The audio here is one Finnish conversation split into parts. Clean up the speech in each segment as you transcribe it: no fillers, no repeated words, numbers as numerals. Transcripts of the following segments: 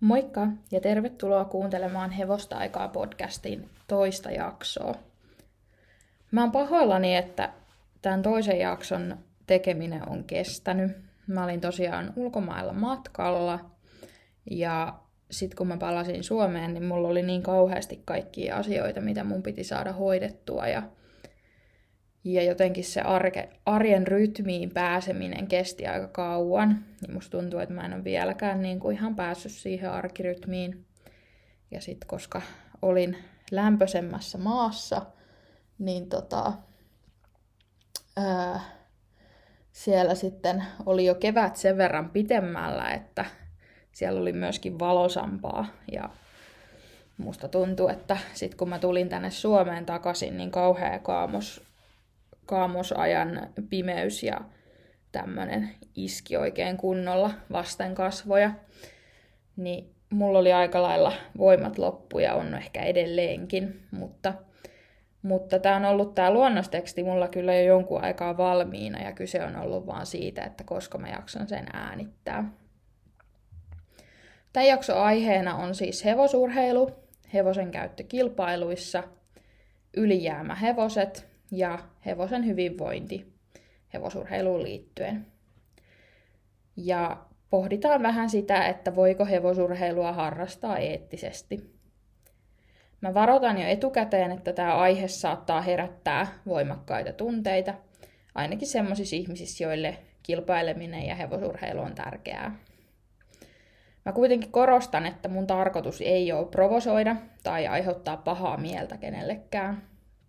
Moikka ja tervetuloa kuuntelemaan Hevosta aikaa podcastin toista jaksoa. Mä oon pahoillani, että tämän toisen jakson tekeminen on kestänyt. Mä olin tosiaan ulkomailla matkalla ja sit kun mä palasin Suomeen, niin mulla oli niin kauheasti kaikkia asioita, mitä mun piti saada hoidettua ja jotenkin se arjen rytmiin pääseminen kesti aika kauan. Ja musta tuntuu, että mä en ole vieläkään niin kuin ihan päässyt siihen arkirytmiin. Ja sit koska olin lämpöisemmässä maassa, niin siellä sitten oli jo kevät sen verran pitemmällä, että siellä oli myöskin valosampaa. Ja musta tuntuu, että sit kun mä tulin tänne Suomeen takaisin, niin kauhea kaamosajan pimeys ja tämmönen iski oikein kunnolla vasten kasvoja, niin mulla oli aika lailla voimat loppu ja on ehkä edelleenkin, mutta tää on ollut tää luonnosteksti mulla kyllä jo jonkun aikaa valmiina ja kyse on ollut vaan siitä, että koska mä jaksan sen äänittää. Tämän jakson aiheena on siis hevosurheilu, hevosen käyttö kilpailuissa, ylijäämähevoset ja hevosen hyvinvointi hevosurheiluun liittyen. Ja pohditaan vähän sitä, että voiko hevosurheilua harrastaa eettisesti. Mä varoitan jo etukäteen, että tämä aihe saattaa herättää voimakkaita tunteita, ainakin semmoisissa ihmisissä, joille kilpaileminen ja hevosurheilu on tärkeää. Mä kuitenkin korostan, että mun tarkoitus ei ole provosoida tai aiheuttaa pahaa mieltä kenellekään,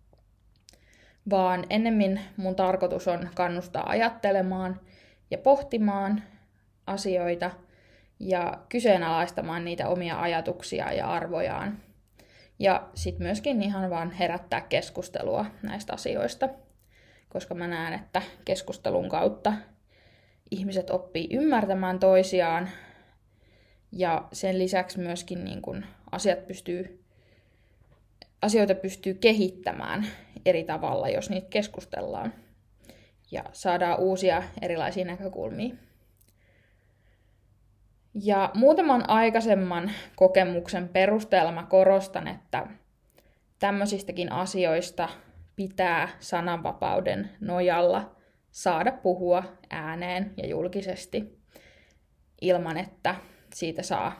vaan ennemmin mun tarkoitus on kannustaa ajattelemaan ja pohtimaan asioita ja kyseenalaistamaan niitä omia ajatuksia ja arvojaan. Ja sitten myöskin ihan vaan herättää keskustelua näistä asioista, koska mä näen, että keskustelun kautta ihmiset oppii ymmärtämään toisiaan ja sen lisäksi myöskin niin kun asioita pystyy kehittämään eri tavalla, jos niitä keskustellaan. Ja saadaan uusia erilaisia näkökulmia. Ja muutaman aikaisemman kokemuksen perusteella mä korostan, että tämmöisistäkin asioista pitää sananvapauden nojalla saada puhua ääneen ja julkisesti ilman, että siitä saa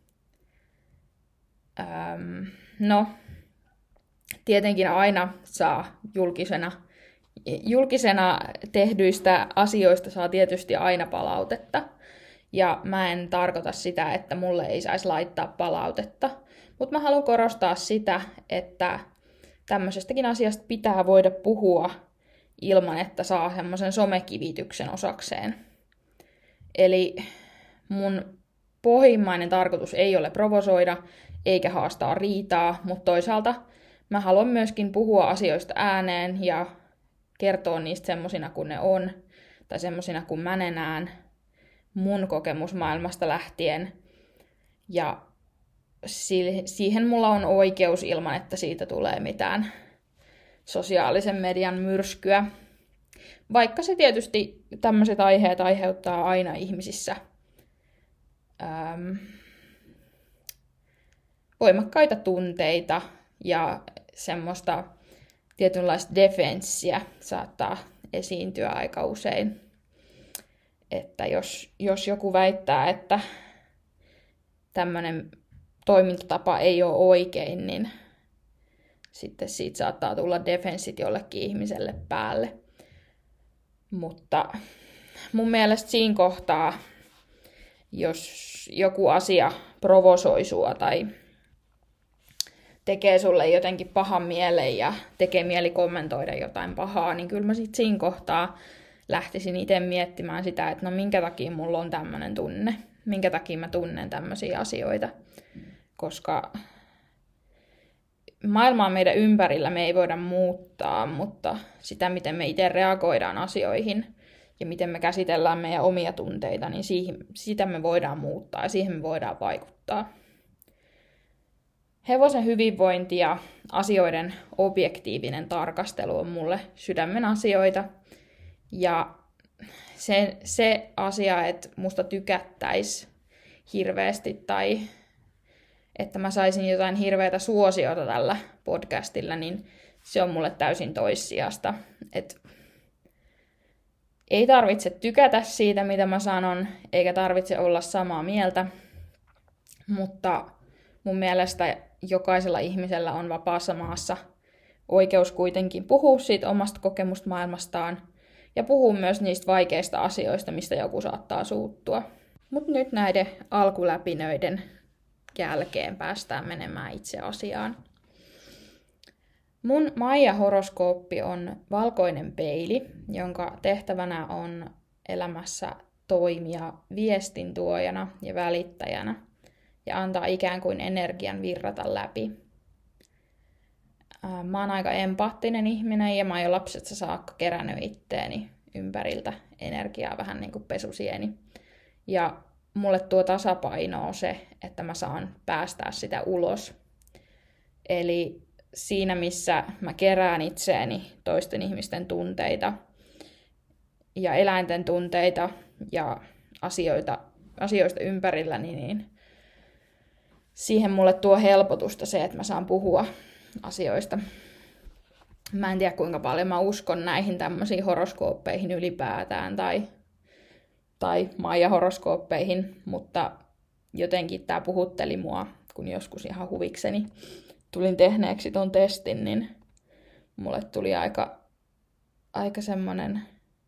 tietenkin aina saa julkisena tehdyistä asioista saa tietysti aina palautetta. Ja mä en tarkoita sitä, että mulle ei saisi laittaa palautetta. Mutta mä haluan korostaa sitä, että tämmöisestäkin asiasta pitää voida puhua ilman, että saa semmoisen somekivityksen osakseen. Eli mun pohjimmainen tarkoitus ei ole provosoida eikä haastaa riitaa, mutta toisaalta mä haluan myöskin puhua asioista ääneen ja kertoa niistä semmosina kuin ne on, tai semmosina kuin mä ne näen mun kokemusmaailmasta lähtien. Ja siihen mulla on oikeus ilman, että siitä tulee mitään sosiaalisen median myrskyä. Vaikka se tietysti tämmöiset aiheet aiheuttaa aina ihmisissä voimakkaita tunteita ja semmoista tietynlaista defenssiä saattaa esiintyä aika usein. Että jos joku väittää, että tämmöinen toimintatapa ei ole oikein, niin sitten siitä saattaa tulla defenssit jollekin ihmiselle päälle. Mutta mun mielestä siinä kohtaa, jos joku asia provosoi sua tai tekee sulle jotenkin pahan mielen ja tekee mieli kommentoida jotain pahaa, niin kyllä mä sitten siinä kohtaa lähtisin itse miettimään sitä, että no minkä takia mulla on tämmöinen tunne, minkä takia mä tunnen tämmöisiä asioita, koska maailmaa meidän ympärillä me ei voida muuttaa, mutta sitä, miten me itse reagoidaan asioihin ja miten me käsitellään meidän omia tunteita, niin sitä me voidaan muuttaa ja siihen me voidaan vaikuttaa. Hevosen hyvinvointi ja asioiden objektiivinen tarkastelu on mulle sydämen asioita. Ja se asia, että musta tykättäisi hirveästi tai että mä saisin jotain hirveätä suosiota tällä podcastilla, niin se on mulle täysin toissijasta. Et ei tarvitse tykätä siitä, mitä mä sanon, eikä tarvitse olla samaa mieltä, mutta mun mielestä jokaisella ihmisellä on vapaassa maassa oikeus kuitenkin puhua siitä omasta kokemusmaailmastaan ja puhua myös niistä vaikeista asioista, mistä joku saattaa suuttua. Mutta nyt näiden alkuläpinöiden jälkeen päästään menemään itse asiaan. Mun Maija-horoskooppi on valkoinen peili, jonka tehtävänä on elämässä toimia viestintuojana ja välittäjänä ja antaa ikään kuin energian virrata läpi. Mä oon aika empaattinen ihminen ja mä oon jo lapsesta saakka kerännyt itteeni ympäriltä energiaa vähän niin kuin pesusieni. Ja mulle tuo tasapainoa se, että mä saan päästää sitä ulos. Eli siinä, missä mä kerään itseäni toisten ihmisten tunteita ja eläinten tunteita ja asioista ympärilläni, niin siihen mulle tuo helpotusta se, että mä saan puhua asioista. Mä en tiedä, kuinka paljon mä uskon näihin tämmöisiin horoskooppeihin ylipäätään tai Maija-horoskooppeihin, mutta jotenkin tää puhutteli mua, kun joskus ihan huvikseni tulin tehneeksi ton testin, niin mulle tuli aika semmonen,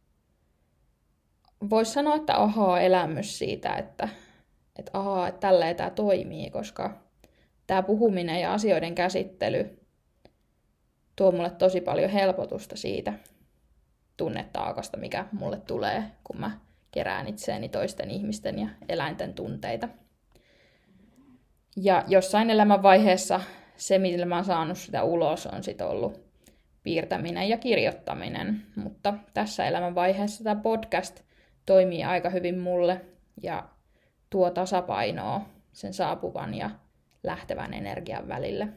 vois sanoa, että elämys siitä, että tälleen tää toimii, koska tää puhuminen ja asioiden käsittely tuo mulle tosi paljon helpotusta siitä tunnetaakasta, mikä mulle tulee, kun mä kerään itseäni toisten ihmisten ja eläinten tunteita. Ja jossain elämänvaiheessa se, millä mä oon saanut sitä ulos, on sit ollut piirtäminen ja kirjoittaminen. Mutta tässä elämänvaiheessa tämä podcast toimii aika hyvin mulle ja tuo tasapainoa sen saapuvan ja lähtevän energian välille.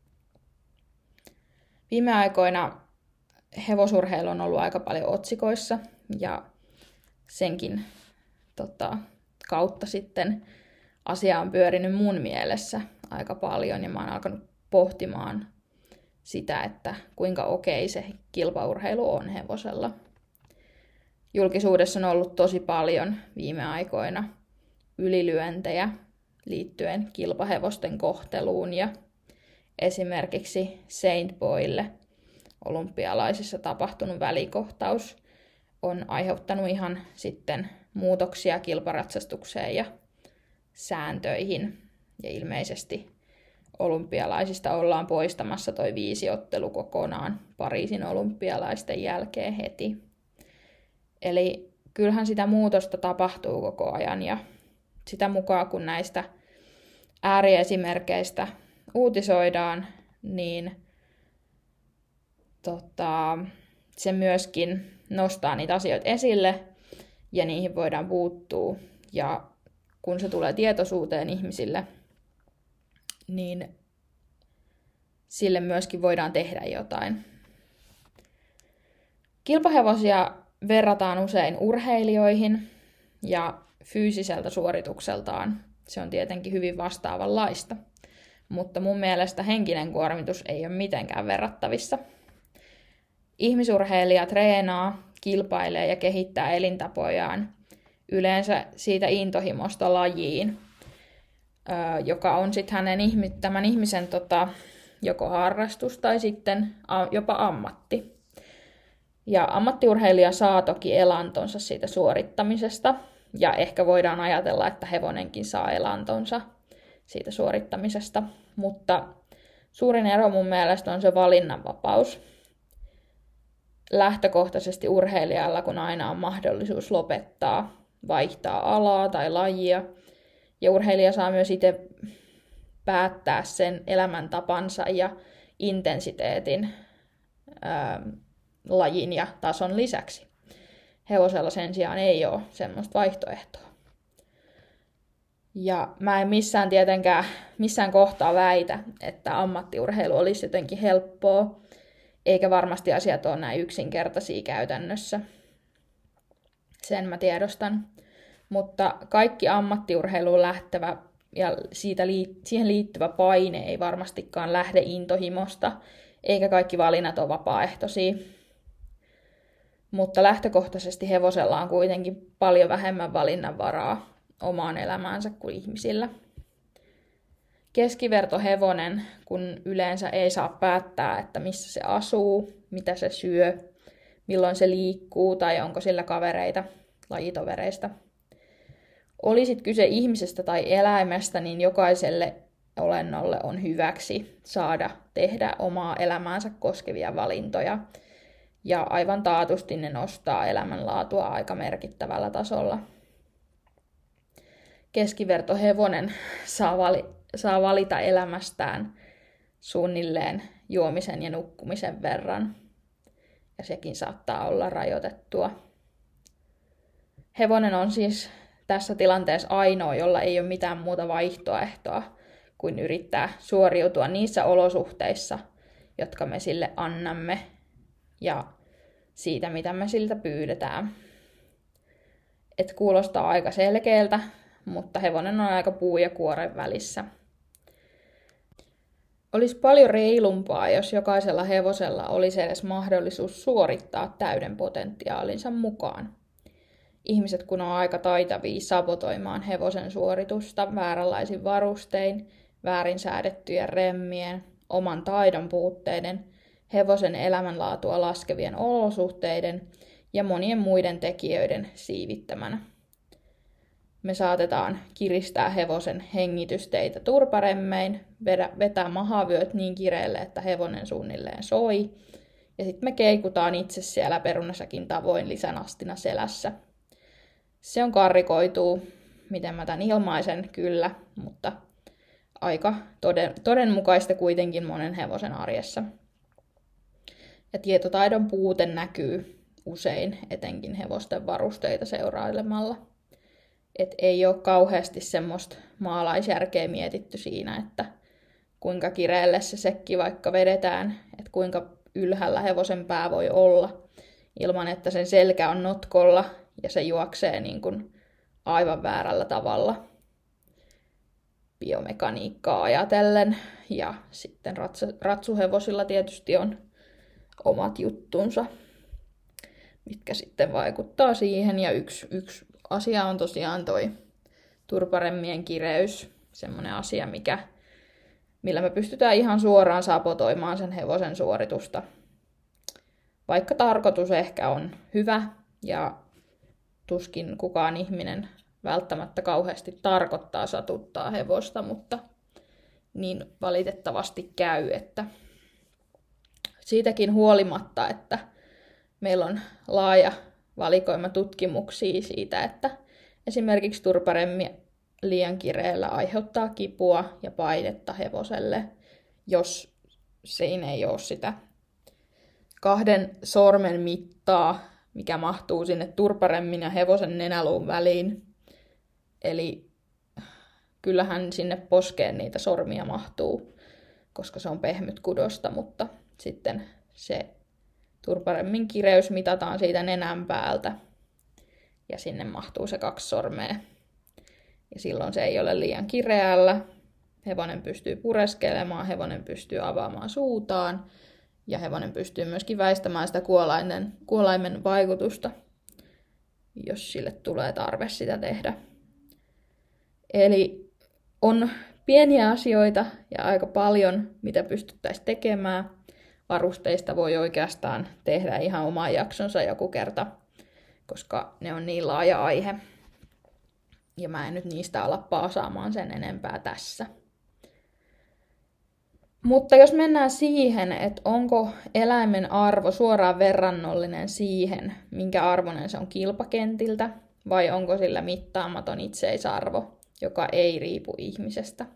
Viime aikoina hevosurheilu on ollut aika paljon otsikoissa ja senkin kautta sitten asia on pyörinyt mun mielessä aika paljon ja mä oon alkanut pohtimaan sitä, että kuinka okei se kilpaurheilu on hevosella. Julkisuudessa on ollut tosi paljon viime aikoina ylilyöntejä liittyen kilpahevosten kohteluun ja esimerkiksi Saint Boylle olympialaisissa tapahtunut välikohtaus on aiheuttanut ihan sitten muutoksia kilparatsastukseen ja sääntöihin. Ja ilmeisesti olympialaisista ollaan poistamassa toi 5 ottelu kokonaan Pariisin olympialaisten jälkeen heti. Eli kyllähän sitä muutosta tapahtuu koko ajan ja sitä mukaan kun näistä ääriesimerkeistä uutisoidaan, niin se myöskin nostaa niitä asioita esille ja niihin voidaan puuttua. Ja kun se tulee tietoisuuteen ihmisille, niin sille myöskin voidaan tehdä jotain. Kilpahevosia verrataan usein urheilijoihin ja fyysiseltä suoritukseltaan se on tietenkin hyvin vastaavanlaista. Mutta mun mielestä henkinen kuormitus ei ole mitenkään verrattavissa. Ihmisurheilija treenaa, kilpailee ja kehittää elintapojaan yleensä siitä intohimosta lajiin, joka on sitten tämän ihmisen joko harrastus tai sitten jopa ammatti. Ja ammattiurheilija saa toki elantonsa siitä suorittamisesta, ja ehkä voidaan ajatella, että hevonenkin saa elantonsa siitä suorittamisesta, mutta suurin ero mun mielestä on se valinnanvapaus. Lähtökohtaisesti urheilijalla, kun aina on mahdollisuus lopettaa, vaihtaa alaa tai lajia, ja urheilija saa myös itse päättää sen elämäntapansa ja intensiteetin lajin ja tason lisäksi. Hevosella sen sijaan ei ole semmoista vaihtoehtoa. Ja mä en missään kohtaa väitä, että ammattiurheilu olisi jotenkin helppoa, eikä varmasti asiat ole näin yksinkertaisia käytännössä. Sen mä tiedostan. Mutta kaikki ammattiurheiluun lähtevä ja siihen liittyvä paine ei varmastikaan lähde intohimosta, eikä kaikki valinnat ole vapaaehtoisia. Mutta lähtökohtaisesti hevosella on kuitenkin paljon vähemmän valinnanvaraa omaan elämäänsä kuin ihmisillä. Keskivertohevonen, kun yleensä ei saa päättää, että missä se asuu, mitä se syö, milloin se liikkuu tai onko sillä kavereita, lajitovereista. Olisit kyse ihmisestä tai eläimestä, niin jokaiselle olennolle on hyväksi saada tehdä omaa elämäänsä koskevia valintoja. Ja aivan taatusti ne nostaa elämänlaatua aika merkittävällä tasolla. Keskivertohevonen saa valita elämästään suunnilleen juomisen ja nukkumisen verran. Ja sekin saattaa olla rajoitettua. Hevonen on siis tässä tilanteessa ainoa, jolla ei ole mitään muuta vaihtoehtoa kuin yrittää suoriutua niissä olosuhteissa, jotka me sille annamme ja siitä, mitä me siltä pyydetään. Et kuulostaa aika selkeältä, mutta hevonen on aika puu ja kuoren välissä. Olisi paljon reilumpaa, jos jokaisella hevosella olisi edes mahdollisuus suorittaa täyden potentiaalinsa mukaan. Ihmiset kun on aika taitavia sabotoimaan hevosen suoritusta vääränlaisin varustein, väärin säädettyjen remmien, oman taidon puutteiden, hevosen elämänlaatua laskevien olosuhteiden ja monien muiden tekijöiden siivittämänä. Me saatetaan kiristää hevosen hengitysteitä turparemmein, vetää mahavyöt niin kireelle, että hevonen suunnilleen soi, ja sitten me keikutaan itse siellä perunasäkin tavoin lisänastina selässä. Se on karrikoituu, miten mä tämän ilmaisen kyllä, mutta aika todenmukaista kuitenkin monen hevosen arjessa. Ja tietotaidon puute näkyy usein, etenkin hevosten varusteita seurailemalla. Et ei ole kauheasti semmoista maalaisjärkeä mietitty siinä, että kuinka kireelle se sekki vaikka vedetään, että kuinka ylhäällä hevosen pää voi olla, ilman että sen selkä on notkolla ja se juoksee niin kuin aivan väärällä tavalla biomekaniikkaa ajatellen. Ja sitten ratsuhevosilla tietysti on omat juttunsa, mitkä sitten vaikuttaa siihen. Ja yksi asia on tosiaan toi turparemmien kireys, semmoinen asia, millä me pystytään ihan suoraan sabotoimaan sen hevosen suoritusta. Vaikka tarkoitus ehkä on hyvä ja tuskin kukaan ihminen välttämättä kauheasti tarkoittaa satuttaa hevosta, mutta niin valitettavasti käy, että siitäkin huolimatta, että meillä on laaja valikoima tutkimuksia siitä, että esimerkiksi turparemmi liian kireellä aiheuttaa kipua ja painetta hevoselle, jos siinä ei ole sitä 2 sormen mittaa, mikä mahtuu sinne turparemmin ja hevosen nenäluun väliin. Eli kyllähän sinne poskeen niitä sormia mahtuu, koska se on pehmytkudosta, mutta sitten se turparemmin kireys mitataan siitä nenän päältä ja sinne mahtuu se 2 sormea. Ja silloin se ei ole liian kireällä. Hevonen pystyy pureskelemaan, hevonen pystyy avaamaan suutaan ja hevonen pystyy myöskin väistämään sitä kuolaimen vaikutusta, jos sille tulee tarve sitä tehdä. Eli on pieniä asioita ja aika paljon, mitä pystyttäisiin tekemään. Varusteista voi oikeastaan tehdä ihan oman jaksonsa joku kerta, koska ne on niin laaja aihe. Ja mä en nyt niistä ala paasaamaan sen enempää tässä. Mutta jos mennään siihen, että onko eläimen arvo suoraan verrannollinen siihen, minkä arvoinen se on kilpakentiltä, vai onko sillä mittaamaton itseisarvo, joka ei riipu ihmisestä.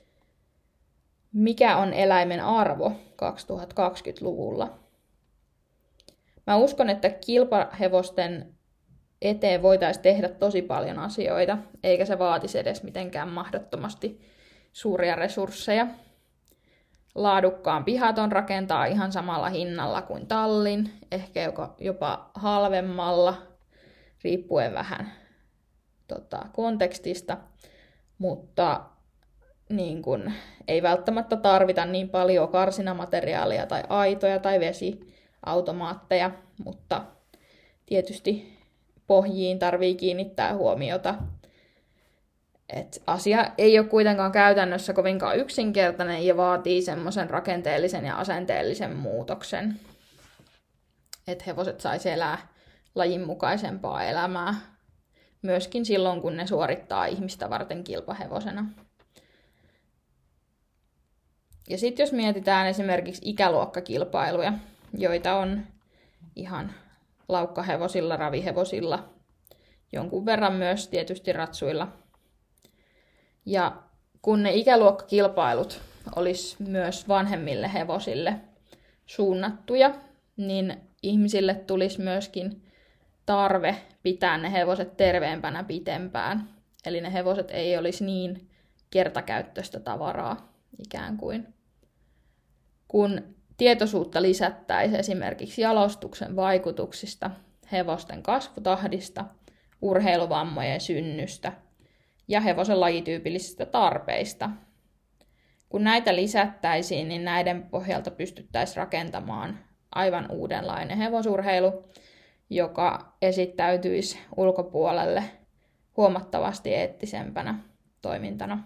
Mikä on eläimen arvo 2020-luvulla? Mä uskon, että kilpahevosten eteen voitaisiin tehdä tosi paljon asioita, eikä se vaatisi edes mitenkään mahdottomasti suuria resursseja. Laadukkaan pihaton rakentaa ihan samalla hinnalla kuin tallin, ehkä jopa halvemmalla, riippuen vähän kontekstista. Mutta niin kun, ei välttämättä tarvita niin paljon karsinamateriaalia tai aitoja tai vesiautomaatteja, mutta tietysti pohjiin tarvii kiinnittää huomiota. Et asia ei ole kuitenkaan käytännössä kovinkaan yksinkertainen ja vaatii semmoisen rakenteellisen ja asenteellisen muutoksen, että hevoset saisi elää lajin mukaisempaa elämää, myöskin silloin, kun ne suorittaa ihmistä varten kilpahevosena. Ja sitten jos mietitään esimerkiksi ikäluokkakilpailuja, joita on ihan laukkahevosilla, ravihevosilla, jonkun verran myös tietysti ratsuilla. Ja kun ne ikäluokkakilpailut olisi myös vanhemmille hevosille suunnattuja, niin ihmisille tulisi myöskin tarve pitää ne hevoset terveempänä pitempään. Eli ne hevoset ei olisi niin kertakäyttöistä tavaraa ikään kuin. Kun tietoisuutta lisättäisiin esimerkiksi jalostuksen vaikutuksista, hevosten kasvutahdista, urheiluvammojen synnystä ja hevosen lajityypillisistä tarpeista. Kun näitä lisättäisiin, niin näiden pohjalta pystyttäisiin rakentamaan aivan uudenlainen hevosurheilu, joka esittäytyisi ulkopuolelle huomattavasti eettisempänä toimintana.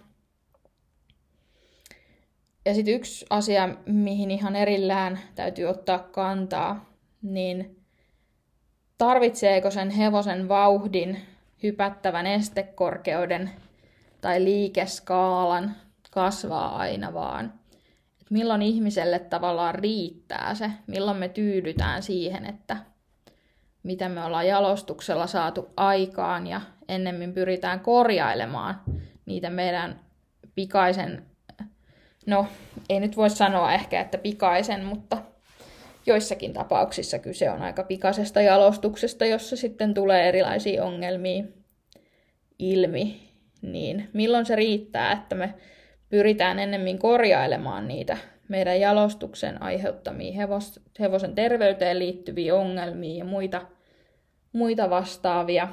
Ja sitten yksi asia, mihin ihan erillään täytyy ottaa kantaa, niin tarvitseeko sen hevosen vauhdin, hypättävän estekorkeuden tai liikeskaalan kasvaa aina vaan. Et milloin ihmiselle tavallaan riittää se, milloin me tyydytään siihen, että mitä me ollaan jalostuksella saatu aikaan ja ennemmin pyritään korjailemaan niitä meidän pikaisen, no ei nyt voi sanoa ehkä, että pikaisen, mutta joissakin tapauksissa kyse on aika pikaisesta jalostuksesta, jossa sitten tulee erilaisia ongelmia ilmi, niin milloin se riittää, että me pyritään ennemmin korjailemaan niitä meidän jalostuksen aiheuttamia hevosen terveyteen liittyviä ongelmia ja muita vastaavia.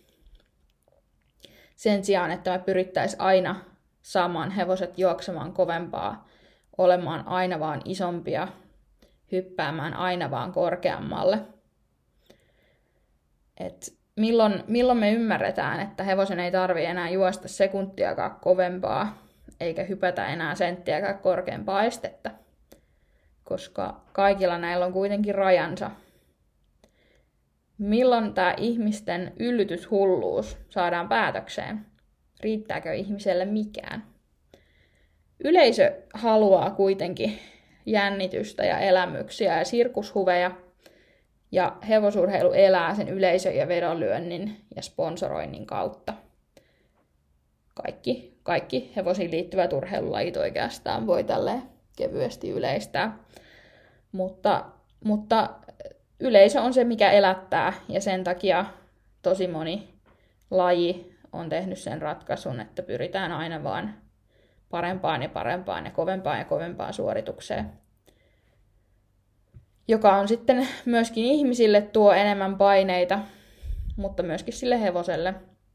Sen sijaan, että me pyrittäisiin aina saamaan hevoset juoksemaan kovempaa, olemaan aina vaan isompia, hyppäämään aina vaan korkeammalle. Et milloin me ymmärretään, että hevosen ei tarvitse enää juosta sekuntiakaan kovempaa, eikä hypätä enää senttiäkään korkeampaa estettä, koska kaikilla näillä on kuitenkin rajansa. Milloin tämä ihmisten yllytyshulluus saadaan päätökseen? Riittääkö ihmiselle mikään? Yleisö haluaa kuitenkin jännitystä ja elämyksiä ja sirkushuveja, ja hevosurheilu elää sen yleisön ja vedonlyönnin ja sponsoroinnin kautta. Kaikki hevosiin liittyvät urheilulajit oikeastaan voi tälleen kevyesti yleistää. Mutta yleisö on se, mikä elättää, ja sen takia tosi moni laji on tehnyt sen ratkaisun, että pyritään aina vaan parempaan ja parempaan ja kovempaan suoritukseen. Joka on sitten myöskin ihmisille tuo enemmän paineita, mutta myöskin sille hevoselle.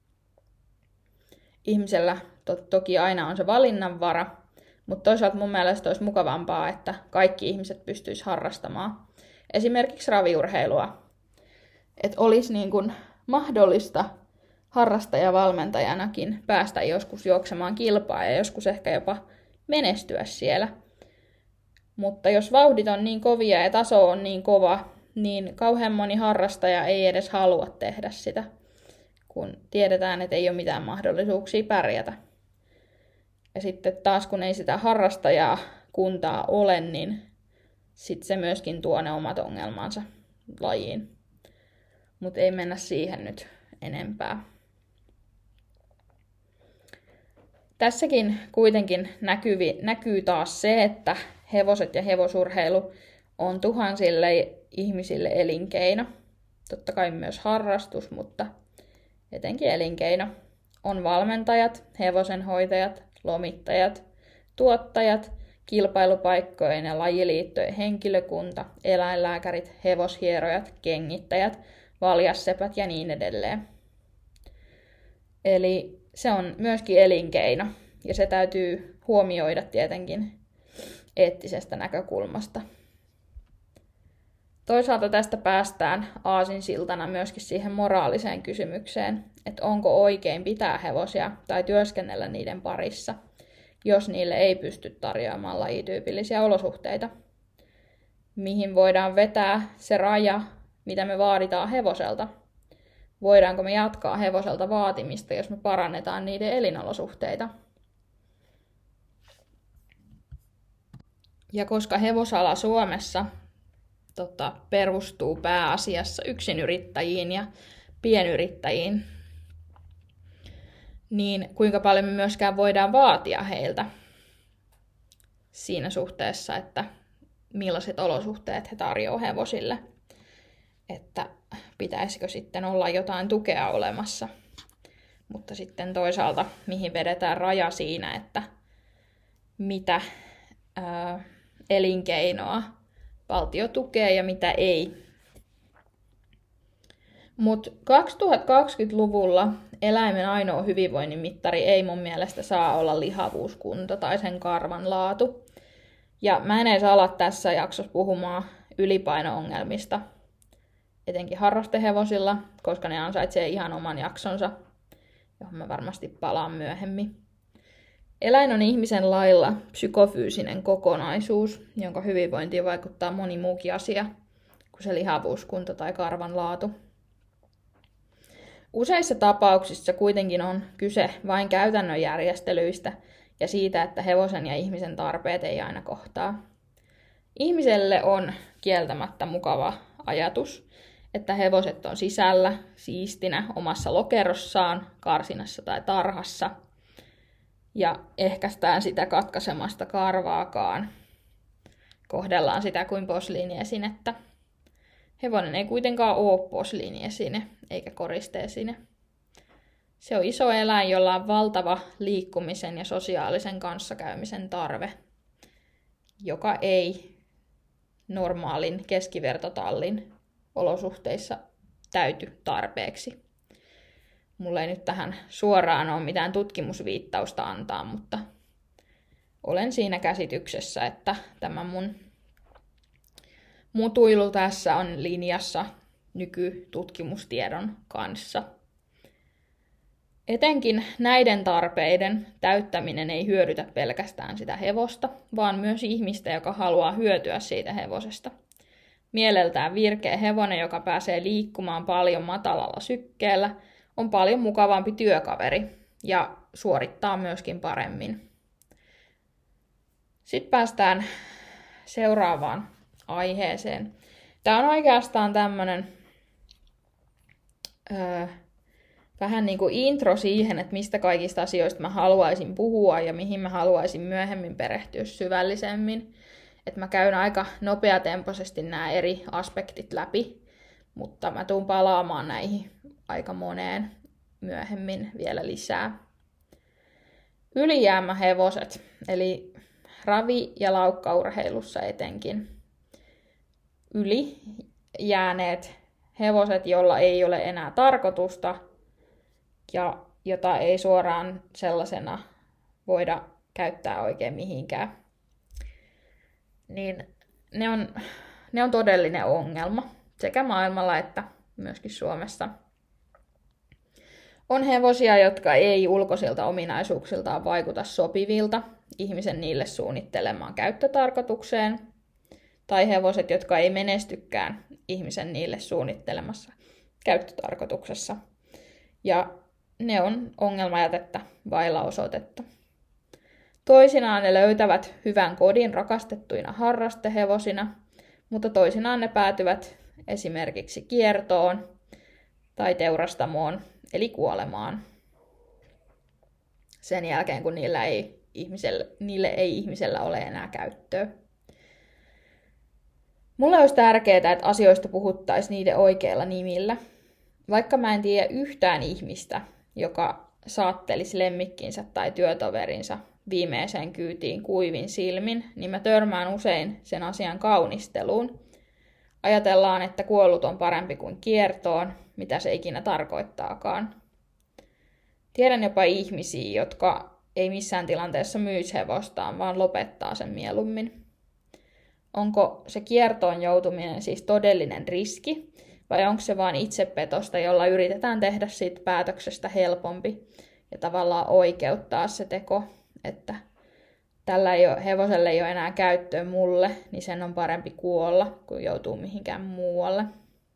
Ihmisellä toki aina on se valinnanvara, mutta toisaalta mun mielestä olisi mukavampaa, että kaikki ihmiset pystyisivät harrastamaan esimerkiksi raviurheilua. Että olisi niin kuin mahdollista harrastajavalmentajanakin päästä joskus juoksemaan kilpaa ja joskus ehkä jopa menestyä siellä. Mutta jos vauhdit on niin kovia ja taso on niin kova, niin kauhean moni harrastaja ei edes halua tehdä sitä, kun tiedetään, että ei ole mitään mahdollisuuksia pärjätä. Ja sitten taas kun ei sitä harrastajaa kuntaa ole, niin sitten se myöskin tuo ne omat ongelmansa lajiin. Mutta ei mennä siihen nyt enempää. Tässäkin kuitenkin näkyy taas se, että hevoset ja hevosurheilu on tuhansille ihmisille elinkeino. Totta kai myös harrastus, mutta etenkin elinkeino. On valmentajat, hevosenhoitajat, lomittajat, tuottajat, kilpailupaikkojen ja lajiliittojen henkilökunta, eläinlääkärit, hevoshierojat, kengittäjät, valjassepät ja niin edelleen. Eli se on myöskin elinkeino, ja se täytyy huomioida tietenkin eettisestä näkökulmasta. Toisaalta tästä päästään aasinsiltana myöskin siihen moraaliseen kysymykseen, että onko oikein pitää hevosia tai työskennellä niiden parissa, jos niille ei pysty tarjoamaan lajityypillisiä olosuhteita. Mihin voidaan vetää se raja, mitä me vaaditaan hevoselta? Voidaanko me jatkaa hevoselta vaatimista, jos me parannetaan niiden elinolosuhteita? Ja koska hevosala Suomessa perustuu pääasiassa yksinyrittäjiin ja pienyrittäjiin, niin kuinka paljon me myöskään voidaan vaatia heiltä siinä suhteessa, että millaiset olosuhteet he tarjoavat hevosille, että pitäisikö sitten olla jotain tukea olemassa. Mutta sitten toisaalta, mihin vedetään raja siinä, että mitä elinkeinoa valtio tukee ja mitä ei. Mutta 2020-luvulla eläimen ainoa hyvinvoinnin mittari ei mun mielestä saa olla lihavuuskunto tai sen karvan laatu. Ja mä en edes ala tässä jaksossa puhumaan ylipaino-ongelmista, etenkin harrastehevosilla, koska ne ansaitsee ihan oman jaksonsa, johon mä varmasti palaan myöhemmin. Eläin on ihmisen lailla psykofyysinen kokonaisuus, jonka hyvinvointiin vaikuttaa moni muukin asia kuin se lihavuuskunto tai karvan laatu. Useissa tapauksissa kuitenkin on kyse vain käytännön järjestelyistä ja siitä, että hevosen ja ihmisen tarpeet ei aina kohtaa. Ihmiselle on kieltämättä mukava ajatus, että hevoset on sisällä, siistinä, omassa lokerossaan, karsinassa tai tarhassa, ja ehkäistään sitä katkaisemasta karvaakaan. Kohdellaan sitä kuin posliiniesinettä. Hevonen ei kuitenkaan ole posliiniesine eikä koristeesine. Se on iso eläin, jolla on valtava liikkumisen ja sosiaalisen kanssakäymisen tarve, joka ei normaalin keskivertotallin olosuhteissa täyty tarpeeksi. Mulla ei nyt tähän suoraan ole mitään tutkimusviittausta antaa, mutta olen siinä käsityksessä, että tämä mun mutuilu tässä on linjassa nykytutkimustiedon kanssa. Etenkin näiden tarpeiden täyttäminen ei hyödytä pelkästään sitä hevosta, vaan myös ihmistä, joka haluaa hyötyä siitä hevosesta. Mieleltään virkeä hevonen, joka pääsee liikkumaan paljon matalalla sykkeellä, on paljon mukavampi työkaveri ja suorittaa myöskin paremmin. Sitten päästään seuraavaan aiheeseen. Tämä on oikeastaan tämmöinen vähän niin kuin intro siihen, että mistä kaikista asioista mä haluaisin puhua ja mihin mä haluaisin myöhemmin perehtyä syvällisemmin. Että mä käyn aika nopeatempoisesti nämä eri aspektit läpi, mutta mä tuun palaamaan näihin aika moneen myöhemmin vielä lisää. Ylijäämähevoset, eli ravi- ja laukkaurheilussa etenkin. Ylijääneet hevoset, joilla ei ole enää tarkoitusta ja jota ei suoraan sellaisena voida käyttää oikein mihinkään, niin ne on todellinen ongelma sekä maailmalla että myöskin Suomessa. On hevosia, jotka ei ulkoisilta ominaisuuksiltaan vaikuta sopivilta ihmisen niille suunnittelemaan käyttötarkoitukseen, tai hevoset, jotka ei menestykään ihmisen niille suunnittelemassa käyttötarkoituksessa. Ja ne on ongelmajätettä vailla osoitetta. Toisinaan ne löytävät hyvän kodin rakastettuina harrastehevosina, mutta toisinaan ne päätyvät esimerkiksi kiertoon tai teurastamoon, eli kuolemaan. Sen jälkeen, kun niille ei ihmisellä ole enää käyttöä. Mulle olisi tärkeää, että asioista puhuttaisiin niiden oikeilla nimillä. Vaikka mä en tiedä yhtään ihmistä, joka saattelisi lemmikkinsä tai työtoverinsa viimeiseen kyytiin kuivin silmin, niin mä törmään usein sen asian kaunisteluun. Ajatellaan, että kuollut on parempi kuin kiertoon, mitä se ikinä tarkoittaakaan. Tiedän jopa ihmisiä, jotka ei missään tilanteessa myisi hevostaan, vaan lopettaa sen mieluummin. Onko se kiertoon joutuminen siis todellinen riski, vai onko se vain itsepetosta, jolla yritetään tehdä siitä päätöksestä helpompi ja tavallaan oikeuttaa se teko, että tällä hevoselle ei ole enää käyttöä mulle, niin sen on parempi kuolla, kuin joutuu mihinkään muualle.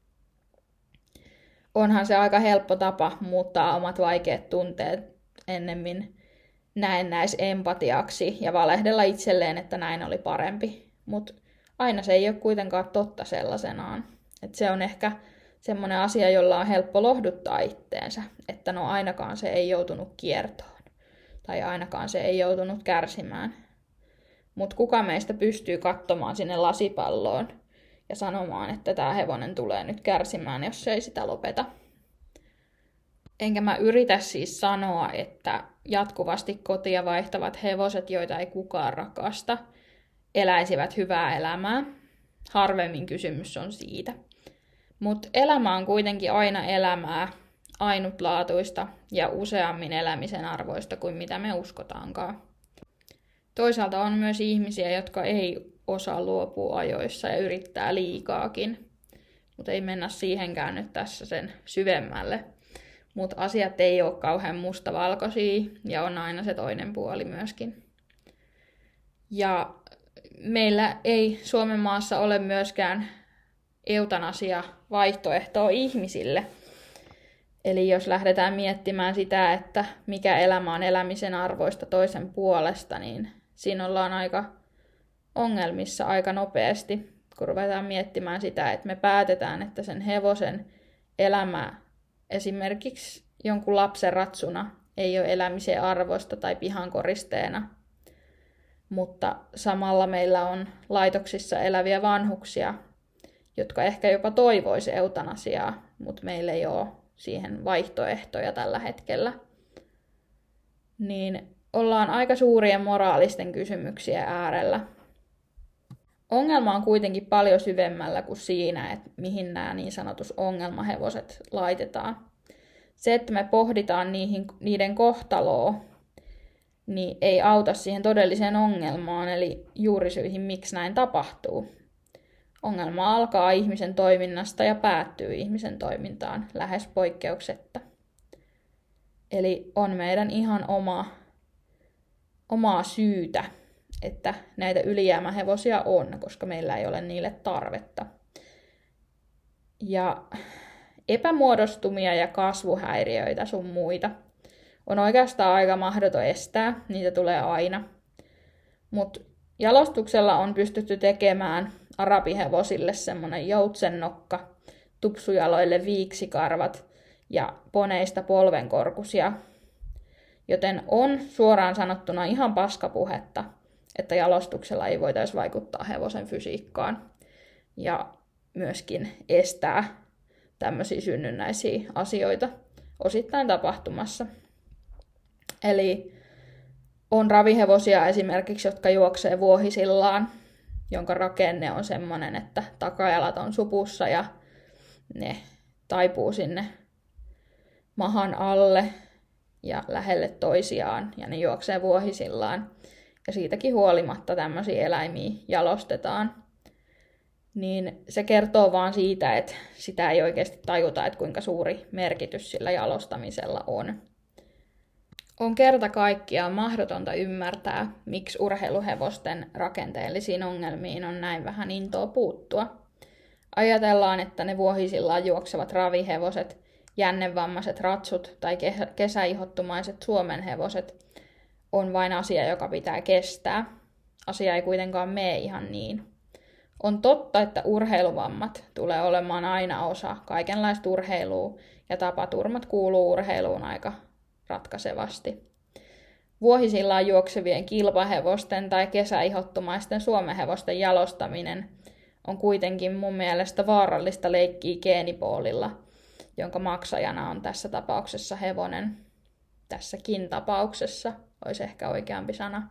Onhan se aika helppo tapa muuttaa omat vaikeat tunteet ennemmin näennäisempatiaksi ja valehdella itselleen, että näin oli parempi. Mutta aina se ei ole kuitenkaan totta sellaisenaan. Et se on ehkä semmoinen asia, jolla on helppo lohduttaa itteensä, että no ainakaan se ei joutunut kiertoon. Tai ainakaan se ei joutunut kärsimään. Mutta kuka meistä pystyy katsomaan sinne lasipalloon ja sanomaan, että tämä hevonen tulee nyt kärsimään, jos se ei sitä lopeta. Enkä mä yritä siis sanoa, että jatkuvasti kotia vaihtavat hevoset, joita ei kukaan rakasta, eläisivät hyvää elämää. Harvemmin kysymys on siitä. Mutta elämä on kuitenkin aina elämää, ainutlaatuista ja useammin elämisen arvoista kuin mitä me uskotaankaan. Toisaalta on myös ihmisiä, jotka ei osaa luopua ajoissa ja yrittää liikaakin. Mutta ei mennä siihenkään nyt tässä sen syvemmälle. Mutta asiat ei ole kauhean mustavalkoisia ja on aina se toinen puoli myöskin. Ja meillä ei Suomen maassa ole myöskään eutanasia-vaihtoehtoa ihmisille. Eli jos lähdetään miettimään sitä, että mikä elämä on elämisen arvoista toisen puolesta, niin siinä ollaan aika ongelmissa aika nopeasti, kun ruvetaan miettimään sitä, että me päätetään, että sen hevosen elämä esimerkiksi jonkun lapsen ratsuna ei ole elämisen arvoista tai pihankoristeena, mutta samalla meillä on laitoksissa eläviä vanhuksia, jotka ehkä jopa toivoisi eutanasiaa, mutta meillä ei ole siihen vaihtoehtoja tällä hetkellä. Niin ollaan aika suurien moraalisten kysymyksien äärellä. Ongelma on kuitenkin paljon syvemmällä kuin siinä, että mihin nämä niin sanotus ongelmahevoset laitetaan. Se, että me pohditaan niiden kohtaloa, niin ei auta siihen todelliseen ongelmaan, eli juurisyihin, miksi näin tapahtuu. Ongelma alkaa ihmisen toiminnasta ja päättyy ihmisen toimintaan lähes poikkeuksetta. Eli on meidän ihan omaa syytä, että näitä ylijäämähevosia on, koska meillä ei ole niille tarvetta. Ja epämuodostumia ja kasvuhäiriöitä sun muita on oikeastaan aika mahdoton estää, niitä tulee aina. Mutta jalostuksella on pystytty tekemään arabihevosille semmoinen joutsennokka, tupsujaloille viiksikarvat ja poneista polvenkorkusia. Joten on suoraan sanottuna ihan paskapuhetta, että jalostuksella ei voitaisi vaikuttaa hevosen fysiikkaan ja myöskin estää tämmöisiä synnynnäisiä asioita osittain tapahtumassa. Eli on ravihevosia esimerkiksi, jotka juoksee vuohisillaan, jonka rakenne on semmoinen, että takajalat on supussa ja ne taipuu sinne mahan alle ja lähelle toisiaan ja ne juoksee vuohisillaan. Ja siitäkin huolimatta tämmöisiä eläimiä jalostetaan. Niin se kertoo vaan siitä, että sitä ei oikeasti tajuta, että kuinka suuri merkitys sillä jalostamisella on. On kerta kaikkiaan mahdotonta ymmärtää, miksi urheiluhevosten rakenteellisiin ongelmiin on näin vähän intoa puuttua. Ajatellaan, että ne vuohisillaan juoksevat ravihevoset, jännevammaiset ratsut tai kesäihottumaiset suomenhevoset on vain asia, joka pitää kestää. Asia ei kuitenkaan mene ihan niin. On totta, että urheiluvammat tulee olemaan aina osa kaikenlaista urheilua ja tapaturmat kuuluu urheiluun aika ratkaisevasti. Vuohisillaan juoksevien kilpahevosten tai kesäihottumaisten suomenhevosten jalostaminen on kuitenkin mun mielestä vaarallista leikkiä geenipoolilla, jonka maksajana on tässä tapauksessa hevonen. Tässäkin tapauksessa olisi ehkä oikeampi sana.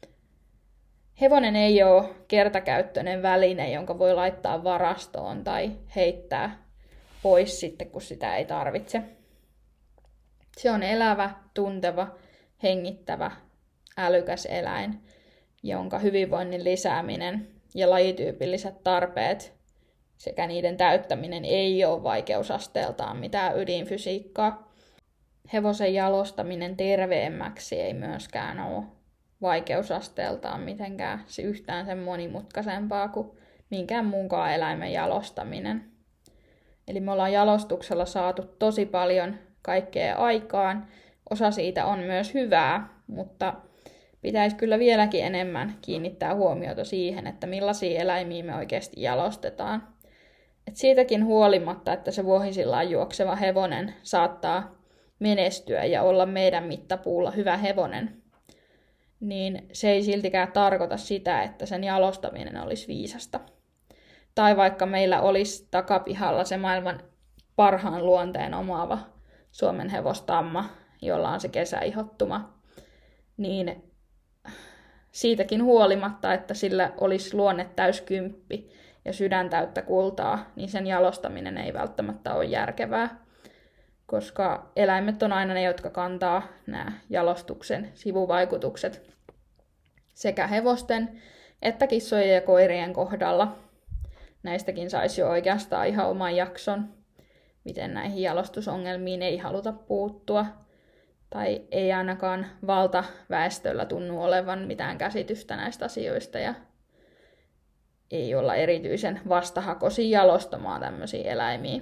Hevonen ei ole kertakäyttöinen väline, jonka voi laittaa varastoon tai heittää pois sitten, kun sitä ei tarvitse. Se on elävä, tunteva, hengittävä, älykäs eläin, jonka hyvinvoinnin lisääminen ja lajityypilliset tarpeet sekä niiden täyttäminen ei ole vaikeusasteeltaan mitään ydinfysiikkaa. Hevosen jalostaminen terveemmäksi ei myöskään ole vaikeusasteeltaan mitenkään yhtään sen monimutkaisempaa kuin minkään muunkaan eläimen jalostaminen. Eli me ollaan jalostuksella saatu tosi paljon kaikkea aikaan. Osa siitä on myös hyvää, mutta pitäisi kyllä vieläkin enemmän kiinnittää huomiota siihen, että millaisia eläimiä me oikeasti jalostetaan. Et siitäkin huolimatta, että se vuohisillaan juokseva hevonen saattaa menestyä ja olla meidän mittapuulla hyvä hevonen, niin se ei siltikään tarkoita sitä, että sen jalostaminen olisi viisasta. Tai vaikka meillä olisi takapihalla se maailman parhaan luonteen omaava Suomen hevostamma, jolla on se kesäihottuma, niin siitäkin huolimatta, että sillä olisi luonne täyskymppi ja sydän täyttä kultaa, niin sen jalostaminen ei välttämättä ole järkevää, koska eläimet on aina ne, jotka kantaa nämä jalostuksen sivuvaikutukset sekä hevosten että kissojen ja koirien kohdalla. Näistäkin saisi jo oikeastaan ihan oman jakson, miten näihin jalostusongelmiin ei haluta puuttua, tai ei ainakaan valtaväestöllä tunnu olevan mitään käsitystä näistä asioista, ja ei olla erityisen vastahakoisia jalostamaan tämmöisiä eläimiä.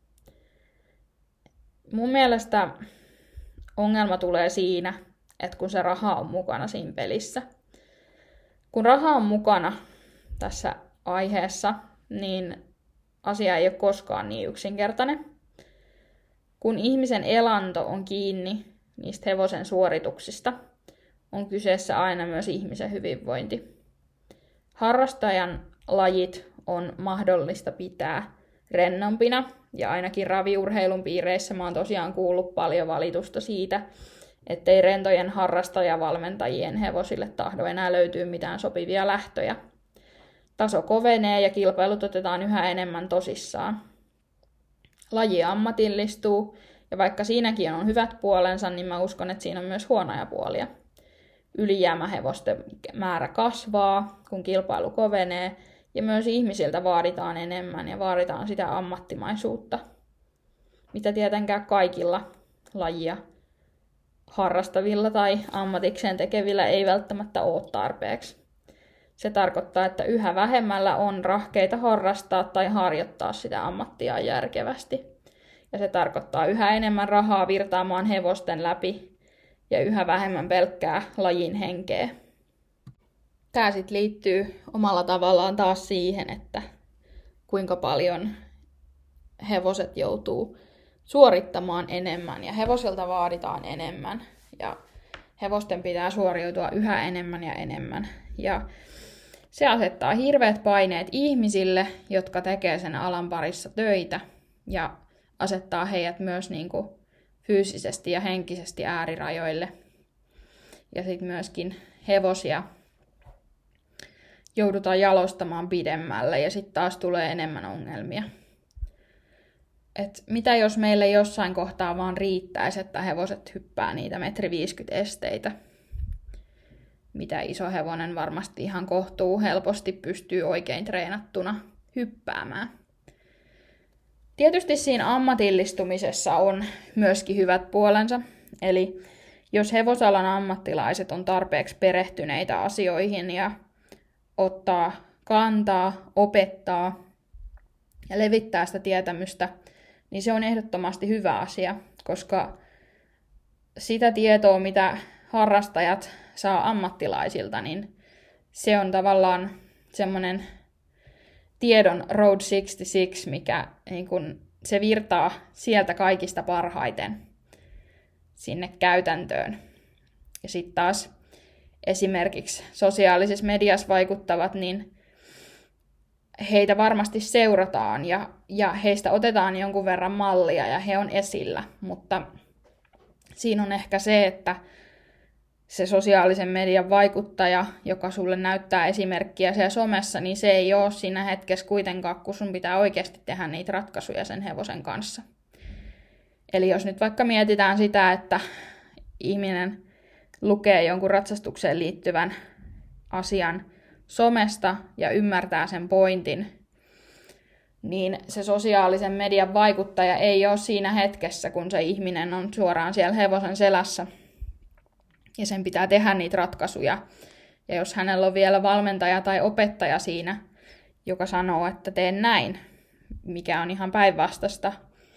Mun mielestä ongelma tulee siinä, että kun se raha on mukana siinä pelissä. Kun raha on mukana tässä aiheessa, niin asia ei ole koskaan niin yksinkertainen. Kun ihmisen elanto on kiinni niistä hevosen suorituksista, on kyseessä aina myös ihmisen hyvinvointi. Harrastajan lajit on mahdollista pitää rennompina, ja ainakin raviurheilun piireissä mä oon tosiaan kuullut paljon valitusta siitä, ettei rentojen harrastajavalmentajien hevosille tahdo enää löytyy mitään sopivia lähtöjä. Taso kovenee ja kilpailut otetaan yhä enemmän tosissaan. Laji ammatillistuu, ja vaikka siinäkin on hyvät puolensa, niin mä uskon, että siinä on myös huonoja puolia. Ylijäämähevosten määrä kasvaa, kun kilpailu kovenee, ja myös ihmisiltä vaaditaan enemmän ja vaaditaan sitä ammattimaisuutta, mitä tietenkään kaikilla lajia harrastavilla tai ammatikseen tekevillä ei välttämättä ole tarpeeksi. Se tarkoittaa, että yhä vähemmällä on rahkeita harrastaa tai harjoittaa sitä ammattia järkevästi. Ja se tarkoittaa yhä enemmän rahaa virtaamaan hevosten läpi ja yhä vähemmän pelkkää lajin henkeä. Tämä sitten liittyy omalla tavallaan taas siihen, että kuinka paljon hevoset joutuu suorittamaan enemmän ja hevoselta vaaditaan enemmän ja hevosten pitää suoriutua yhä enemmän ja enemmän. Ja se asettaa hirveät paineet ihmisille, jotka tekee sen alan parissa töitä ja asettaa heidät myös fyysisesti ja henkisesti äärirajoille. Ja sitten myöskin hevosia joudutaan jalostamaan pidemmälle ja sitten taas tulee enemmän ongelmia. Et mitä jos meille jossain kohtaa vaan riittäisi, että hevoset hyppää niitä 1,50 metriä esteitä, mitä iso hevonen varmasti ihan kohtuu helposti pystyy oikein treenattuna hyppäämään. Tietysti siinä ammatillistumisessa on myöskin hyvät puolensa, eli jos hevosalan ammattilaiset on tarpeeksi perehtyneitä asioihin ja ottaa kantaa, opettaa ja levittää sitä tietämystä, niin se on ehdottomasti hyvä asia, koska sitä tietoa, mitä harrastajat saa ammattilaisilta, niin se on tavallaan semmoinen tiedon Road 66, mikä se virtaa sieltä kaikista parhaiten sinne käytäntöön. Ja sitten taas esimerkiksi sosiaalisessa mediassa vaikuttavat, niin heitä varmasti seurataan ja heistä otetaan jonkun verran mallia ja he on esillä, mutta siinä on ehkä se, että se sosiaalisen median vaikuttaja, joka sulle näyttää esimerkkiä siellä somessa, niin se ei ole siinä hetkessä kuitenkaan, kun sun pitää oikeasti tehdä niitä ratkaisuja sen hevosen kanssa. Eli jos nyt vaikka mietitään sitä, että ihminen lukee jonkun ratsastukseen liittyvän asian somesta ja ymmärtää sen pointin, niin se sosiaalisen median vaikuttaja ei ole siinä hetkessä, kun se ihminen on suoraan siellä hevosen selässä. Ja sen pitää tehdä niitä ratkaisuja. Ja jos hänellä on vielä valmentaja tai opettaja siinä, joka sanoo, että teen näin, mikä on ihan päinvastaista,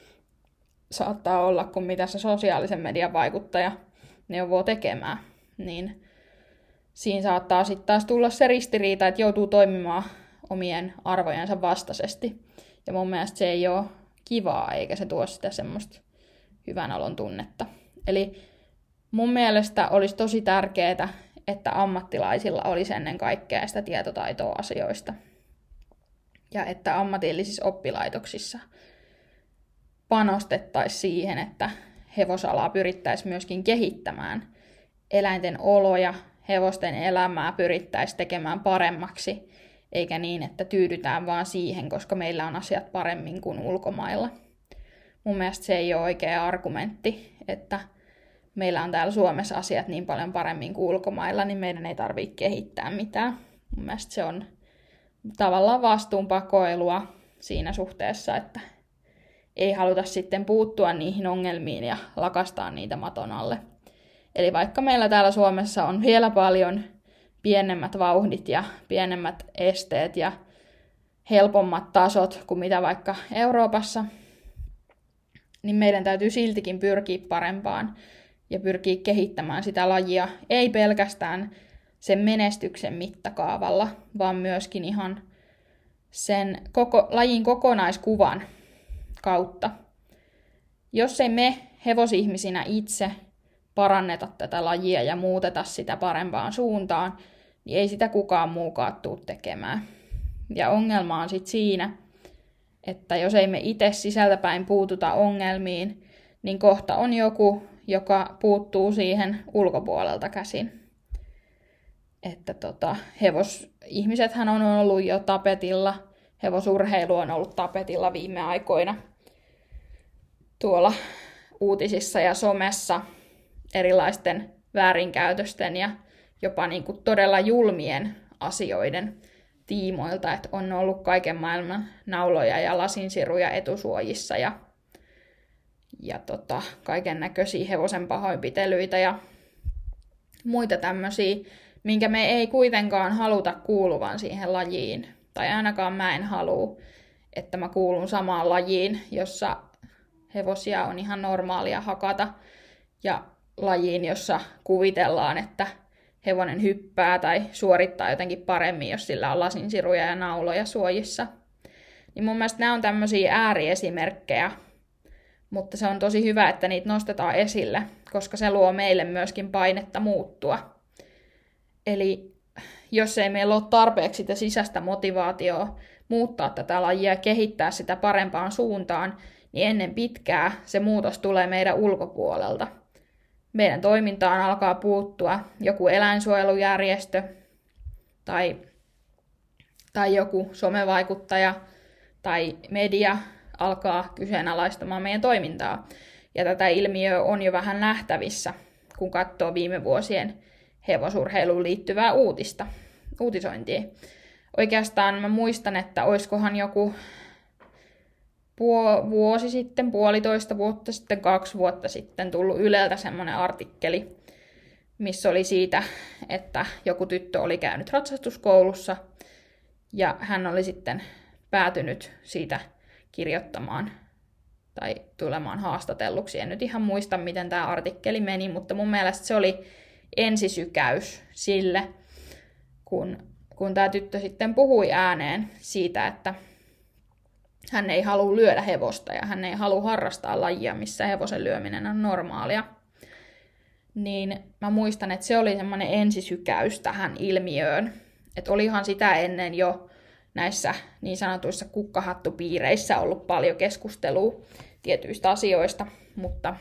saattaa olla kuin mitä se sosiaalisen median vaikuttaja neuvoo tekemään, niin siinä saattaa sitten taas tulla se ristiriita, että joutuu toimimaan omien arvojensa vastaisesti. Ja mun mielestä se ei ole kivaa, eikä se tuo sitä semmoista hyvän olon tunnetta. Eli mun mielestä olisi tosi tärkeää, että ammattilaisilla olisi ennen kaikkea sitä tietotaitoa asioista. Ja että ammatillisissa oppilaitoksissa panostettaisiin siihen, että hevosalaa pyrittäisiin myöskin kehittämään. Eläinten oloja, hevosten elämää pyrittäisiin tekemään paremmaksi, eikä niin, että tyydytään vaan siihen, koska meillä on asiat paremmin kuin ulkomailla. Mun mielestä se ei ole oikea argumentti, että meillä on täällä Suomessa asiat niin paljon paremmin kuin ulkomailla, niin meidän ei tarvitse kehittää mitään. Mun mielestä se on tavallaan vastuunpakoilua siinä suhteessa, että ei haluta sitten puuttua niihin ongelmiin ja lakastaa niitä maton alle. Eli vaikka meillä täällä Suomessa on vielä paljon pienemmät vauhdit ja pienemmät esteet ja helpommat tasot kuin mitä vaikka Euroopassa, niin meidän täytyy siltikin pyrkiä parempaan ja pyrkiä kehittämään sitä lajia, ei pelkästään sen menestyksen mittakaavalla, vaan myöskin ihan sen lajin kokonaiskuvan kautta. Jos ei me hevosihmisinä itse paranneta tätä lajia ja muuteta sitä parempaan suuntaan, niin ei sitä kukaan muukaan tule tekemään. Ja ongelma on sitten siinä, että jos ei me itse sisältäpäin puututa ongelmiin, niin kohta on joku, joka puuttuu siihen ulkopuolelta käsin. Että hevosihmisethän on ollut jo tapetilla, hevosurheilu on ollut tapetilla viime aikoina tuolla uutisissa ja somessa erilaisten väärinkäytösten ja jopa niin kuin todella julmien asioiden tiimoilta, että on ollut kaiken maailman nauloja ja lasinsiruja etusuojissa ja kaiken näköisiä hevosen pahoinpitelyitä ja muita tämmöisiä, minkä me ei kuitenkaan haluta kuuluvan siihen lajiin. Tai ainakaan mä en halua, että mä kuulun samaan lajiin, jossa hevosia on ihan normaalia hakata, ja lajiin, jossa kuvitellaan, että hevonen hyppää tai suorittaa jotenkin paremmin, jos sillä on lasinsiruja ja nauloja suojissa. Niin mun mielestä nämä on tämmöisiä ääriesimerkkejä, mutta se on tosi hyvä, että niitä nostetaan esille, koska se luo meille myöskin painetta muuttua. Eli jos ei meillä ole tarpeeksi sitä sisäistä motivaatiota muuttaa tätä lajia ja kehittää sitä parempaan suuntaan, niin ennen pitkää se muutos tulee meidän ulkopuolelta. Meidän toimintaan alkaa puuttua joku eläinsuojelujärjestö tai joku somevaikuttaja tai media alkaa kyseenalaistamaan meidän toimintaa. Ja tätä ilmiöä on jo vähän nähtävissä, kun katsoo viime vuosien hevosurheiluun liittyvää uutisointia. Oikeastaan mä muistan, että oiskohan joku vuosi sitten, 1,5 vuotta sitten, 2 vuotta sitten tullut Yleltä semmoinen artikkeli, missä oli siitä, että joku tyttö oli käynyt ratsastuskoulussa ja hän oli sitten päätynyt siitä kirjoittamaan tai tulemaan haastatelluksi. En nyt ihan muista, miten tämä artikkeli meni, mutta mun mielestä se oli ensisykäys sille, kun tämä tyttö sitten puhui ääneen siitä, että hän ei halua lyödä hevosta ja hän ei halua harrastaa lajia, missä hevosen lyöminen on normaalia. Niin mä muistan, että se oli semmoinen ensisykäys tähän ilmiöön. Että olihan sitä ennen jo näissä niin sanotuissa kukkahattupiireissä ollut paljon keskustelua tietyistä asioista, mutta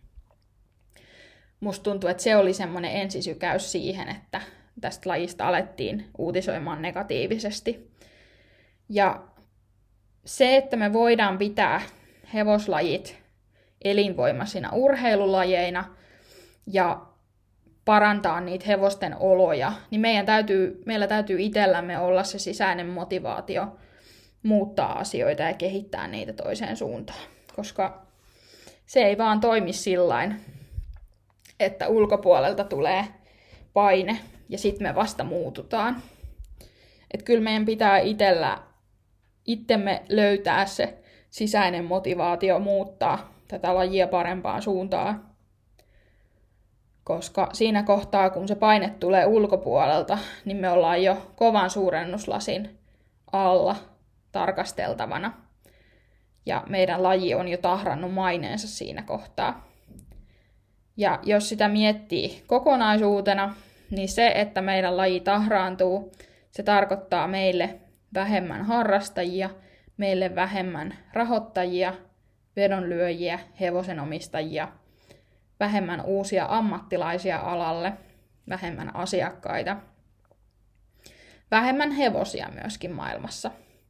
musta tuntuu, että se oli semmoinen ensisykäys siihen, että tästä lajista alettiin uutisoimaan negatiivisesti. Ja se, että me voidaan pitää hevoslajit elinvoimaisina urheilulajeina ja parantaa niitä hevosten oloja, niin meillä täytyy itsellämme olla se sisäinen motivaatio muuttaa asioita ja kehittää niitä toiseen suuntaan. Koska se ei vaan toimi sillain, että ulkopuolelta tulee paine ja sitten me vasta muututaan. Että kyllä meidän pitää itsemme löytää se sisäinen motivaatio muuttaa tätä lajia parempaan suuntaan. Koska siinä kohtaa, kun se paine tulee ulkopuolelta, niin me ollaan jo kovan suurennuslasin alla tarkasteltavana. Ja meidän laji on jo tahrannut maineensa siinä kohtaa. Ja jos sitä miettii kokonaisuutena, niin se, että meidän laji tahraantuu, se tarkoittaa meille vähemmän harrastajia, meille vähemmän rahoittajia, vedonlyöjiä, hevosenomistajia, vähemmän uusia ammattilaisia alalle, vähemmän asiakkaita, vähemmän hevosia myöskin maailmassa.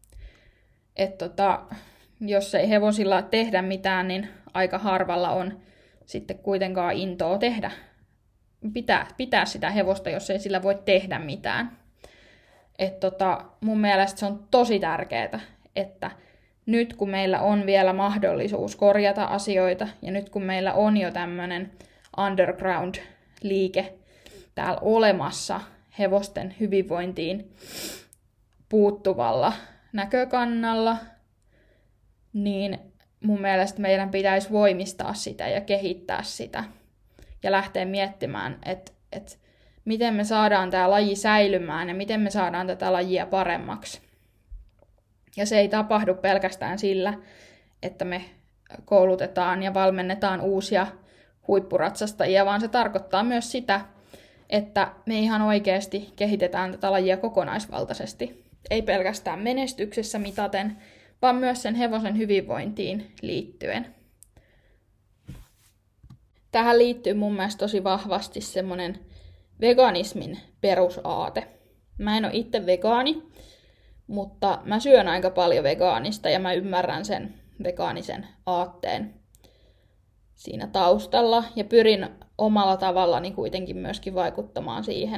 Jos ei hevosilla tehdä mitään, niin aika harvalla on sitten kuitenkaan intoa pitää sitä hevosta, jos ei sillä voi tehdä mitään. Mun mielestä se on tosi tärkeää, että nyt kun meillä on vielä mahdollisuus korjata asioita ja nyt kun meillä on jo tämmöinen underground-liike täällä olemassa hevosten hyvinvointiin puuttuvalla näkökannalla, niin mun mielestä meidän pitäisi voimistaa sitä ja kehittää sitä ja lähteä miettimään, että miten me saadaan tämä laji säilymään ja miten me saadaan tätä lajia paremmaksi. Ja se ei tapahdu pelkästään sillä, että me koulutetaan ja valmennetaan uusia huippuratsastajia, vaan se tarkoittaa myös sitä, että me ihan oikeasti kehitetään tätä lajia kokonaisvaltaisesti. Ei pelkästään menestyksessä mitaten, vaan myös sen hevosen hyvinvointiin liittyen. Tähän liittyy mun mielestä tosi vahvasti semmoinen veganismin perusaate. Mä en ole itse vegaani, mutta mä syön aika paljon vegaanista ja mä ymmärrän sen vegaanisen aatteen siinä taustalla ja pyrin omalla tavallani kuitenkin myöskin vaikuttamaan siihen,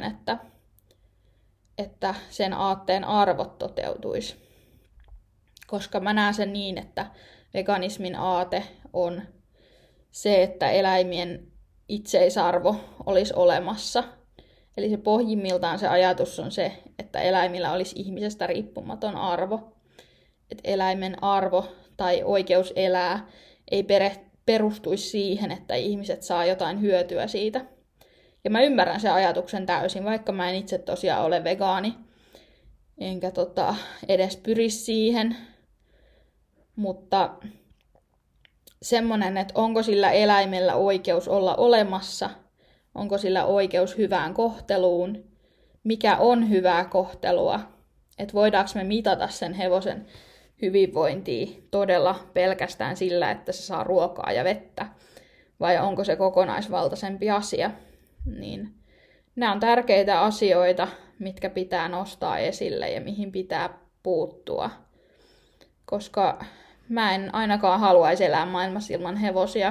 että sen aatteen arvot toteutuisi. Koska mä näen sen niin, että veganismin aate on se, että eläimien itseisarvo olisi olemassa. Eli se pohjimmiltaan se ajatus on se, että eläimillä olisi ihmisestä riippumaton arvo. Että eläimen arvo tai oikeus elää ei perustuisi siihen, että ihmiset saa jotain hyötyä siitä. Ja mä ymmärrän sen ajatuksen täysin, vaikka mä en itse tosiaan ole vegaani. Enkä edes pyri siihen. Mutta semmoinen, että onko sillä eläimellä oikeus olla olemassa, onko sillä oikeus hyvään kohteluun, mikä on hyvää kohtelua, että voidaanko me mitata sen hevosen hyvinvointia todella pelkästään sillä, että se saa ruokaa ja vettä, vai onko se kokonaisvaltaisempi asia, niin nämä on tärkeitä asioita, mitkä pitää nostaa esille ja mihin pitää puuttua, koska mä en ainakaan haluaisi elää maailmassa ilman hevosia.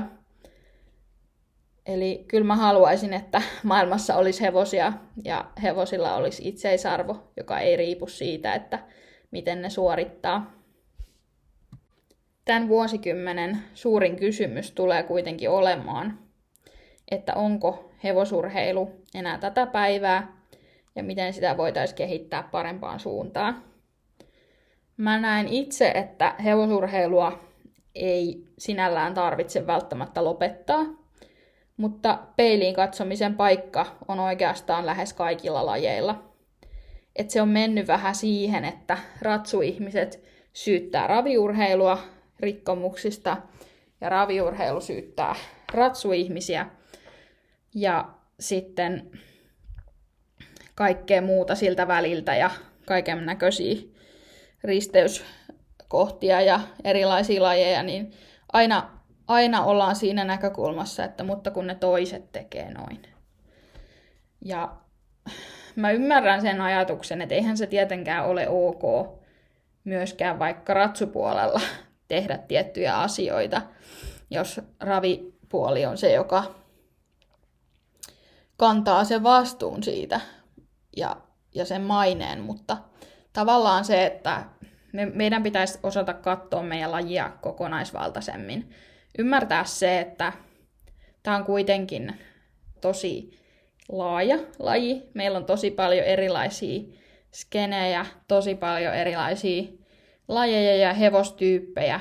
Eli kyllä mä haluaisin, että maailmassa olisi hevosia ja hevosilla olisi itseisarvo, joka ei riipu siitä, että miten ne suorittaa. Tämän vuosikymmenen suurin kysymys tulee kuitenkin olemaan, että onko hevosurheilu enää tätä päivää ja miten sitä voitaisiin kehittää parempaan suuntaan. Mä näen itse, että hevosurheilua ei sinällään tarvitse välttämättä lopettaa, mutta peiliin katsomisen paikka on oikeastaan lähes kaikilla lajeilla. Et se on mennyt vähän siihen, että ratsuihmiset syyttää raviurheilua rikkomuksista ja raviurheilu syyttää ratsuihmisiä ja sitten kaikkea muuta siltä väliltä ja kaiken näköisiä risteyskohtia ja erilaisia lajeja, niin aina ollaan siinä näkökulmassa, että mutta kun ne toiset tekee noin. Ja mä ymmärrän sen ajatuksen, että eihän se tietenkään ole ok myöskään vaikka ratsupuolella tehdä tiettyjä asioita, jos ravipuoli on se, joka kantaa sen vastuun siitä ja sen maineen, mutta tavallaan se, että meidän pitäisi osata katsoa meidän lajia kokonaisvaltaisemmin. Ymmärtää se, että tämä on kuitenkin tosi laaja laji. Meillä on tosi paljon erilaisia skenejä, tosi paljon erilaisia lajeja ja hevostyyppejä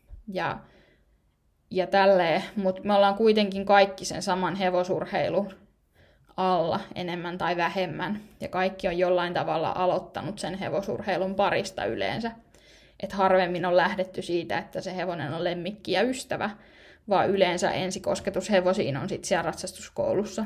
ja tälleen, mutta me ollaan kuitenkin kaikki sen saman hevosurheilun alla enemmän tai vähemmän. Ja kaikki on jollain tavalla aloittanut sen hevosurheilun parista yleensä. Et harvemmin on lähdetty siitä, että se hevonen on lemmikki ja ystävä, vaan yleensä ensikosketus hevosiin on sitten siellä ratsastuskoulussa.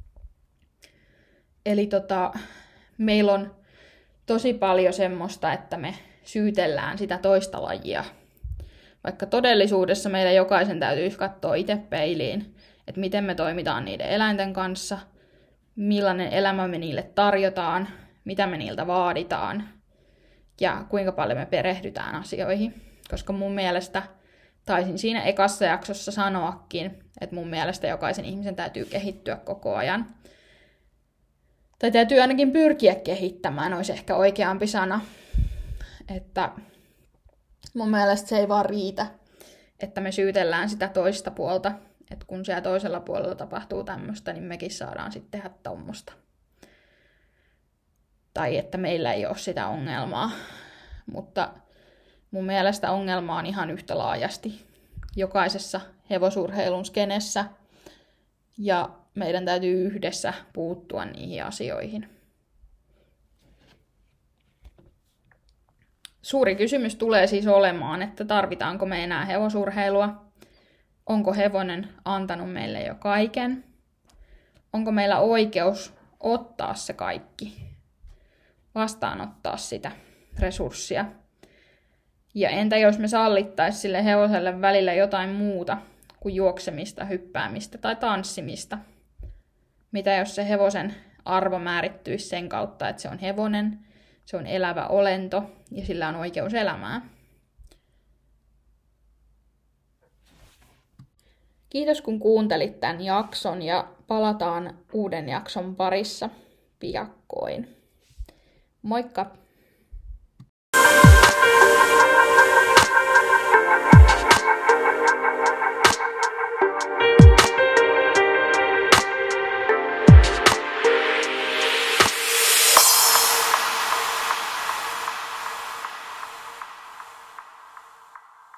Eli meillä on tosi paljon semmoista, että me syytellään sitä toista lajia. Vaikka todellisuudessa meidän jokaisen täytyisi katsoa itse peiliin, että miten me toimitaan niiden eläinten kanssa, millainen elämä me niille tarjotaan, mitä me niiltä vaaditaan ja kuinka paljon me perehdytään asioihin. Koska mun mielestä, taisin siinä ekassa jaksossa sanoakin, että mun mielestä jokaisen ihmisen täytyy kehittyä koko ajan. Tai täytyy ainakin pyrkiä kehittämään, olisi ehkä oikeampi sana. Että mun mielestä se ei vaan riitä, että me syytellään sitä toista puolta. Että kun siellä toisella puolella tapahtuu tämmöistä, niin mekin saadaan sitten tehdä tommosta. Tai että meillä ei ole sitä ongelmaa. Mutta mun mielestä ongelma on ihan yhtä laajasti jokaisessa hevosurheilun skenessä. Ja meidän täytyy yhdessä puuttua niihin asioihin. Suuri kysymys tulee siis olemaan, että tarvitaanko me enää hevosurheilua? Onko hevonen antanut meille jo kaiken? Onko meillä oikeus ottaa se kaikki? Vastaanottaa sitä resurssia? Ja entä jos me sallittaisiin sille hevoselle välillä jotain muuta kuin juoksemista, hyppäämistä tai tanssimista? Mitä jos se hevosen arvo määrittyisi sen kautta, että se on hevonen, se on elävä olento ja sillä on oikeus elämään? Kiitos kun kuuntelit tämän jakson ja palataan uuden jakson parissa piakkoin. Moikka!